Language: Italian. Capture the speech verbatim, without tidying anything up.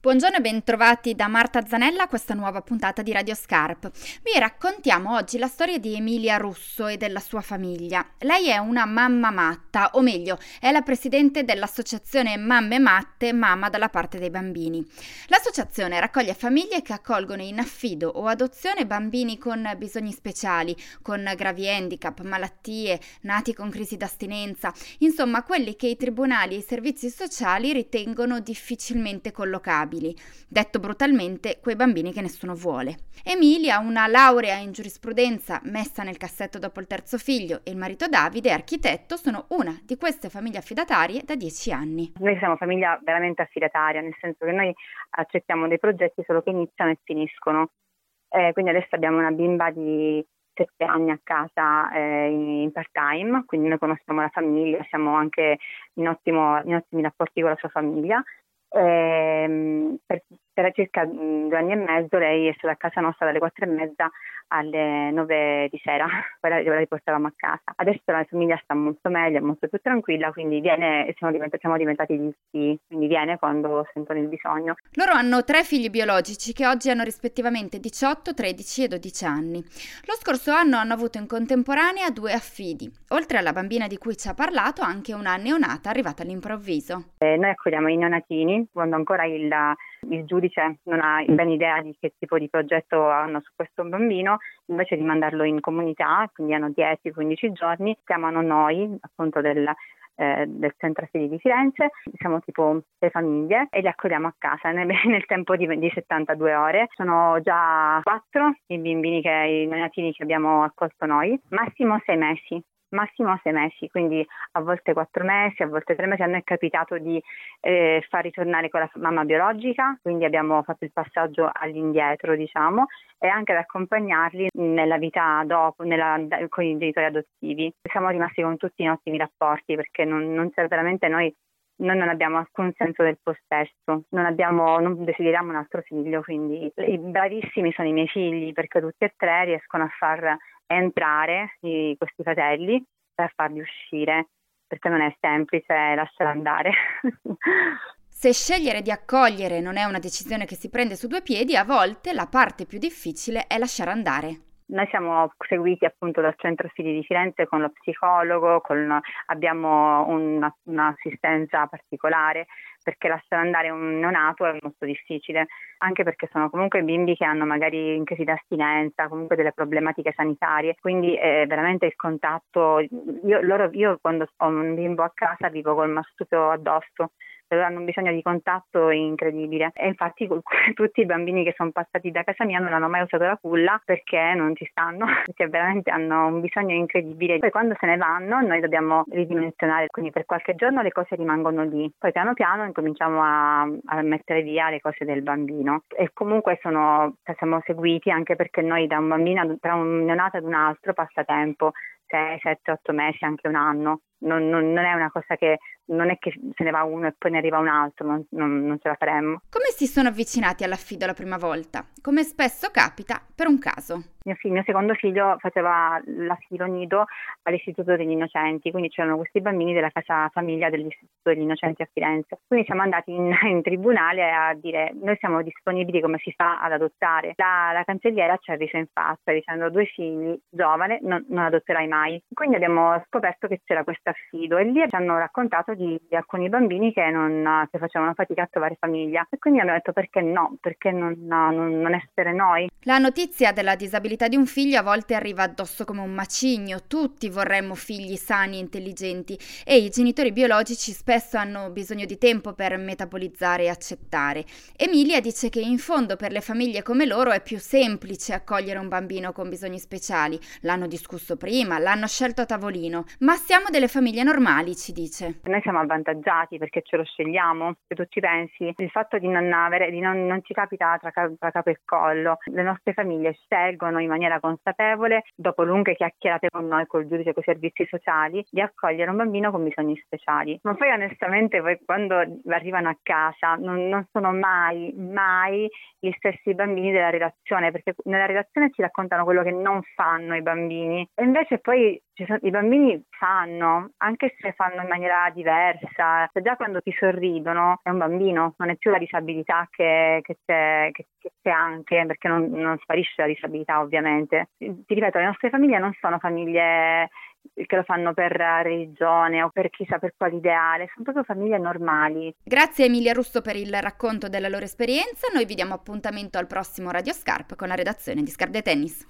Buongiorno e bentrovati da Marta Zanella a questa nuova puntata di Radio Scarp. Vi raccontiamo oggi la storia di Emilia Russo e della sua famiglia. Lei è una mamma matta, o meglio, è la presidente dell'associazione Mamme Matte, Mamma dalla parte dei bambini. L'associazione raccoglie famiglie che accolgono in affido o adozione bambini con bisogni speciali, con gravi handicap, malattie, nati con crisi d'astinenza, insomma quelli che i tribunali e i servizi sociali ritengono difficilmente collocabili. Detto brutalmente, quei bambini che nessuno vuole. Emilia, una laurea in giurisprudenza messa nel cassetto dopo il terzo figlio, e il marito Davide, architetto, sono una di queste famiglie affidatarie da dieci anni. Noi siamo famiglia veramente affidataria, nel senso che noi accettiamo dei progetti solo che iniziano e finiscono. Eh, quindi adesso abbiamo una bimba di sette anni a casa eh, in part-time, quindi noi conosciamo la famiglia, siamo anche in, ottimo, in ottimi rapporti con la sua famiglia. Eh, per, per circa due anni e mezzo lei è stata a casa nostra dalle quattro e mezza alle nove di sera, poi la, la riportavamo a casa. Adesso la famiglia sta molto meglio, è molto più tranquilla, quindi viene e siamo, divent- siamo diventati visti, quindi viene quando sentono il bisogno. Loro hanno tre figli biologici che oggi hanno rispettivamente diciotto, tredici e dodici anni. Lo scorso anno hanno avuto in contemporanea due affidi, oltre alla bambina di cui ci ha parlato anche una neonata arrivata all'improvviso. Eh, noi accogliamo i neonatini quando ancora il, il giudice non ha ben idea di che tipo di progetto hanno su questo bambino, invece di mandarlo in comunità, quindi hanno dieci quindici giorni, chiamano noi appunto del, eh, del centro assidi di Firenze, siamo tipo le famiglie e li accogliamo a casa nel, nel tempo di, di settantadue ore. Sono già quattro i bambini, che, i neonatini che abbiamo accolto noi, massimo sei mesi. Massimo sei mesi, quindi a volte quattro mesi, a volte tre mesi. A noi è capitato di eh, far ritornare con la mamma biologica, quindi abbiamo fatto il passaggio all'indietro, diciamo, e anche ad accompagnarli nella vita dopo, nella, con i genitori adottivi. Siamo rimasti con tutti in ottimi rapporti, perché non, non c'è veramente noi. Noi non abbiamo alcun senso del possesso, non abbiamo, non desideriamo un altro figlio, quindi i bravissimi sono i miei figli, perché tutti e tre riescono a far entrare i, questi fratelli per farli uscire, perché non è semplice lasciare andare. Se scegliere di accogliere non è una decisione che si prende su due piedi, a volte la parte più difficile è lasciare andare. Noi siamo seguiti appunto dal centro studi di Firenze con lo psicologo, con, abbiamo una, un'assistenza particolare, perché lasciare andare un neonato è molto difficile, anche perché sono comunque bimbi che hanno magari in crisi d'astinenza, comunque delle problematiche sanitarie, quindi è veramente il contatto. Io, loro, io quando ho un bimbo a casa vivo col marsupio addosso, hanno un bisogno di contatto incredibile, e infatti tutti i bambini che sono passati da casa mia non hanno mai usato la culla perché non ci stanno, perché veramente hanno un bisogno incredibile. Poi quando se ne vanno noi dobbiamo ridimensionare, quindi per qualche giorno le cose rimangono lì, poi piano piano incominciamo a, a mettere via le cose del bambino, e comunque sono, siamo seguiti, anche perché noi da un bambino, tra un neonato ad un altro passa tempo, sei, sette, otto mesi, anche un anno. Non, non, non è una cosa che, non è che se ne va uno e poi ne arriva un altro, non, non, non ce la faremmo. Come si sono avvicinati all'affido la prima volta? Come spesso capita, per un caso. Mio, figlio, mio secondo figlio faceva l'asilo nido all'Istituto degli Innocenti, quindi c'erano questi bambini della casa famiglia dell'Istituto degli Innocenti a Firenze. Quindi siamo andati in, in tribunale a dire: noi siamo disponibili, come si fa ad adottare? La, la cancelliera ci ha riso in faccia dicendo: due figli, giovane, non, non adotterai mai. Quindi abbiamo scoperto che c'era questo affido, e lì ci hanno raccontato di, di alcuni bambini che, non, che facevano fatica a trovare famiglia, e quindi abbiamo detto: perché no? Perché non, non, non essere noi? La notizia della disabilità di un figlio a volte arriva addosso come un macigno. Tutti vorremmo figli sani e intelligenti, e i genitori biologici spesso hanno bisogno di tempo per metabolizzare e accettare. Emilia dice che in fondo per le famiglie come loro è più semplice accogliere un bambino con bisogni speciali. L'hanno discusso prima, l'hanno scelto a tavolino, ma siamo delle famiglie normali, ci dice. Noi siamo avvantaggiati perché ce lo scegliamo. Se tu ci pensi, il fatto di non avere, di non, non ci capita tra, tra capo e collo. Le nostre famiglie scelgono in maniera consapevole, dopo lunghe chiacchierate con noi, col giudice, con i servizi sociali, di accogliere un bambino con bisogni speciali. Ma poi onestamente poi quando arrivano a casa non, non sono mai, mai gli stessi bambini della relazione, perché nella relazione ci raccontano quello che non fanno i bambini, e invece poi ci Ci sono, i bambini fanno, anche se fanno in maniera diversa, cioè già quando ti sorridono è un bambino, non è più la disabilità che, che, c'è, che, che c'è anche, perché non, non sparisce la disabilità ovviamente. Ti ripeto, le nostre famiglie non sono famiglie che lo fanno per religione o per chissà per quale ideale, sono proprio famiglie normali. Grazie a Emilia Russo per il racconto della loro esperienza, noi vi diamo appuntamento al prossimo Radio Scarp con la redazione di Scarpe Tennis.